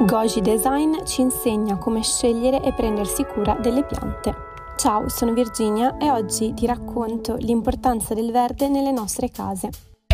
Goji Design ci insegna come scegliere e prendersi cura delle piante. Ciao, sono Virginia e oggi ti racconto l'importanza del verde nelle nostre case.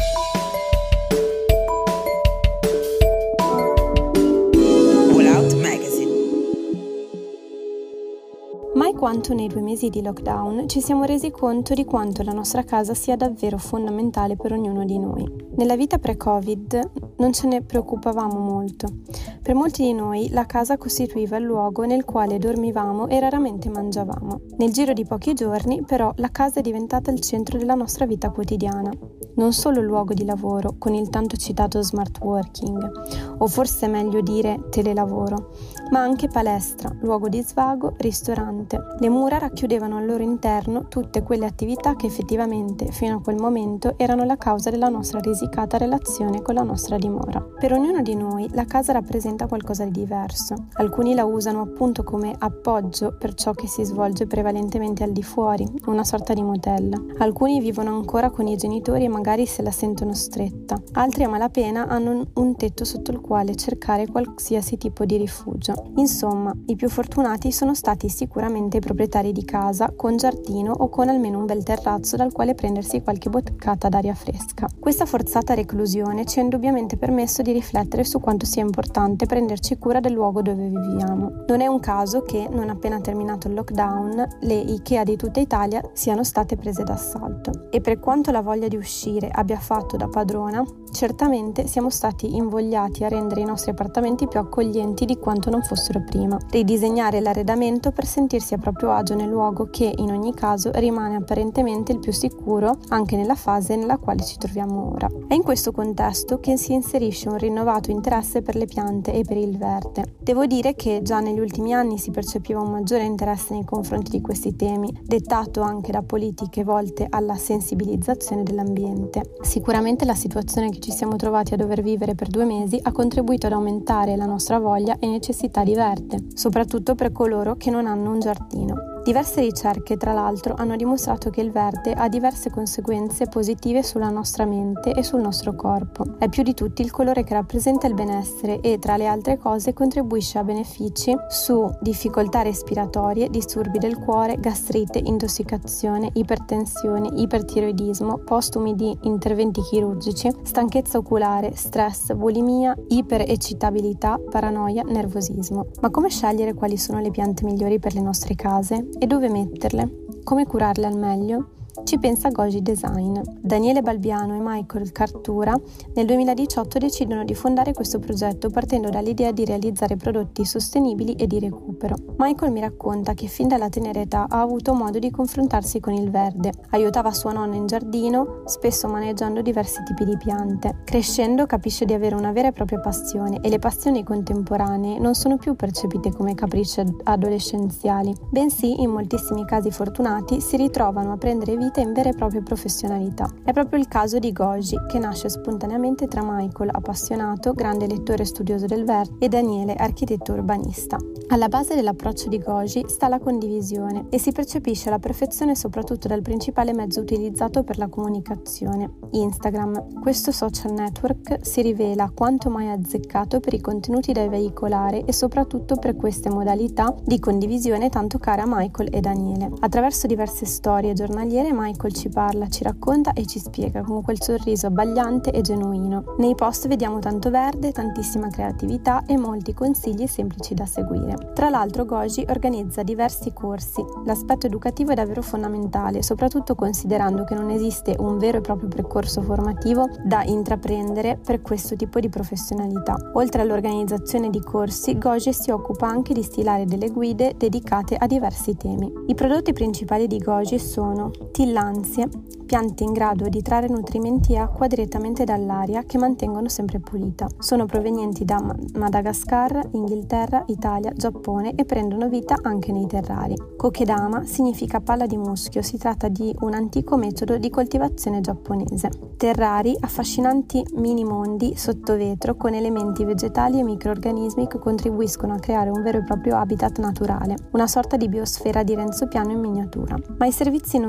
Mai quanto nei 2 mesi di lockdown ci siamo resi conto di quanto la nostra casa sia davvero fondamentale per ognuno di noi. Nella vita pre-Covid non ce ne preoccupavamo molto. Per molti di noi la casa costituiva il luogo nel quale dormivamo e raramente mangiavamo. Nel giro di pochi giorni, però, la casa è diventata il centro della nostra vita quotidiana. Non solo luogo di lavoro, con il tanto citato smart working, o forse è meglio dire telelavoro, ma anche palestra, luogo di svago, ristorante. Le mura racchiudevano al loro interno tutte quelle attività che effettivamente, fino a quel momento, erano la causa della nostra risicata relazione con la nostra dimora. Per ognuno di noi la casa rappresenta qualcosa di diverso. Alcuni la usano appunto come appoggio per ciò che si svolge prevalentemente al di fuori, una sorta di motel. Alcuni vivono ancora con i genitori e magari se la sentono stretta. Altri a malapena hanno un tetto sotto il quale cercare qualsiasi tipo di rifugio. Insomma, i più fortunati sono stati sicuramente i proprietari di casa con giardino o con almeno un bel terrazzo dal quale prendersi qualche boccata d'aria fresca. Questa forzata reclusione ci ha indubbiamente permesso di riflettere su quanto sia importante prenderci cura del luogo dove viviamo. Non è un caso che, non appena terminato il lockdown, le IKEA di tutta Italia siano state prese d'assalto. E per quanto la voglia di uscire abbia fatto da padrona, certamente siamo stati invogliati a rendere i nostri appartamenti più accoglienti di quanto non fossero prima. Ridisegnare l'arredamento per sentirsi a proprio agio nel luogo che, in ogni caso, rimane apparentemente il più sicuro anche nella fase nella quale ci troviamo ora. È in questo contesto che si inserisce un rinnovato interesse per le piante e per il verde. Devo dire che già negli ultimi anni si percepiva un maggiore interesse nei confronti di questi temi, dettato anche da politiche volte alla sensibilizzazione dell'ambiente. Sicuramente la situazione che ci siamo trovati a dover vivere per 2 mesi ha contribuito ad aumentare la nostra voglia e necessità di verde, soprattutto per coloro che non hanno un giardino. Diverse ricerche, tra l'altro, hanno dimostrato che il verde ha diverse conseguenze positive sulla nostra mente e sul nostro corpo. È più di tutti il colore che rappresenta il benessere e, tra le altre cose, contribuisce a benefici su difficoltà respiratorie, disturbi del cuore, gastrite, intossicazione, ipertensione, ipertiroidismo, postumi di interventi chirurgici, stanchezza oculare, stress, bulimia, iperecitabilità, paranoia, nervosismo. Ma come scegliere quali sono le piante migliori per le nostre case? E dove metterle? Come curarle al meglio? Ci pensa Goji Design. Daniele Balbiano e Michael Cartura nel 2018 decidono di fondare questo progetto partendo dall'idea di realizzare prodotti sostenibili e di recupero. Michael mi racconta che fin dalla tenera età ha avuto modo di confrontarsi con il verde. Aiutava sua nonna in giardino, spesso maneggiando diversi tipi di piante. Crescendo capisce di avere una vera e propria passione e le passioni contemporanee non sono più percepite come capricci adolescenziali, bensì in moltissimi casi fortunati si ritrovano a prendere vita in vere e proprie professionalità. È proprio il caso di Goji, che nasce spontaneamente tra Michael, appassionato, grande lettore e studioso del verde, e Daniele, architetto urbanista. Alla base dell'approccio di Goji sta la condivisione e si percepisce la perfezione soprattutto dal principale mezzo utilizzato per la comunicazione, Instagram. Questo social network si rivela quanto mai azzeccato per i contenuti da veicolare e soprattutto per queste modalità di condivisione tanto cara a Michael e Daniele. Attraverso diverse storie giornaliere Michael ci parla, ci racconta e ci spiega con quel sorriso abbagliante e genuino. Nei post vediamo tanto verde, tantissima creatività e molti consigli semplici da seguire. Tra l'altro Goji organizza diversi corsi. L'aspetto educativo è davvero fondamentale, soprattutto considerando che non esiste un vero e proprio percorso formativo da intraprendere per questo tipo di professionalità. Oltre all'organizzazione di corsi, Goji si occupa anche di stilare delle guide dedicate a diversi temi. I prodotti principali di Goji sono tillandsie, piante in grado di trarre nutrimenti e acqua direttamente dall'aria che mantengono sempre pulita. Sono provenienti da Madagascar, Inghilterra, Italia, Giappone e prendono vita anche nei terrari. Kokedama significa palla di muschio, si tratta di un antico metodo di coltivazione giapponese. Terrari, affascinanti mini mondi sotto vetro con elementi vegetali e microrganismi che contribuiscono a creare un vero e proprio habitat naturale, una sorta di biosfera di Renzo Piano in miniatura. Ma i servizi non finiscono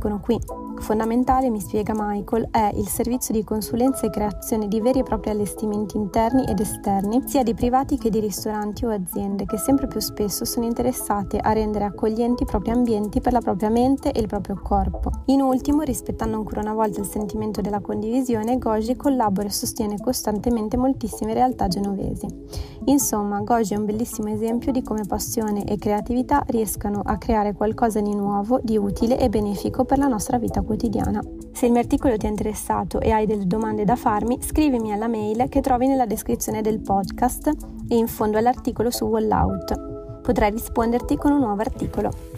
finiscono qui. Fondamentale, mi spiega Michael, è il servizio di consulenza e creazione di veri e propri allestimenti interni ed esterni, sia di privati che di ristoranti o aziende, che sempre più spesso sono interessate a rendere accoglienti i propri ambienti per la propria mente e il proprio corpo. In ultimo, rispettando ancora una volta il sentimento della condivisione, Goji collabora e sostiene costantemente moltissime realtà genovesi. Insomma, Goji è un bellissimo esempio di come passione e creatività riescano a creare qualcosa di nuovo, di utile e benefico per la nostra vita quotidiana. Se il mio articolo ti è interessato e hai delle domande da farmi, scrivimi alla mail che trovi nella descrizione del podcast e in fondo all'articolo su Wallout. Potrai risponderti con un nuovo articolo.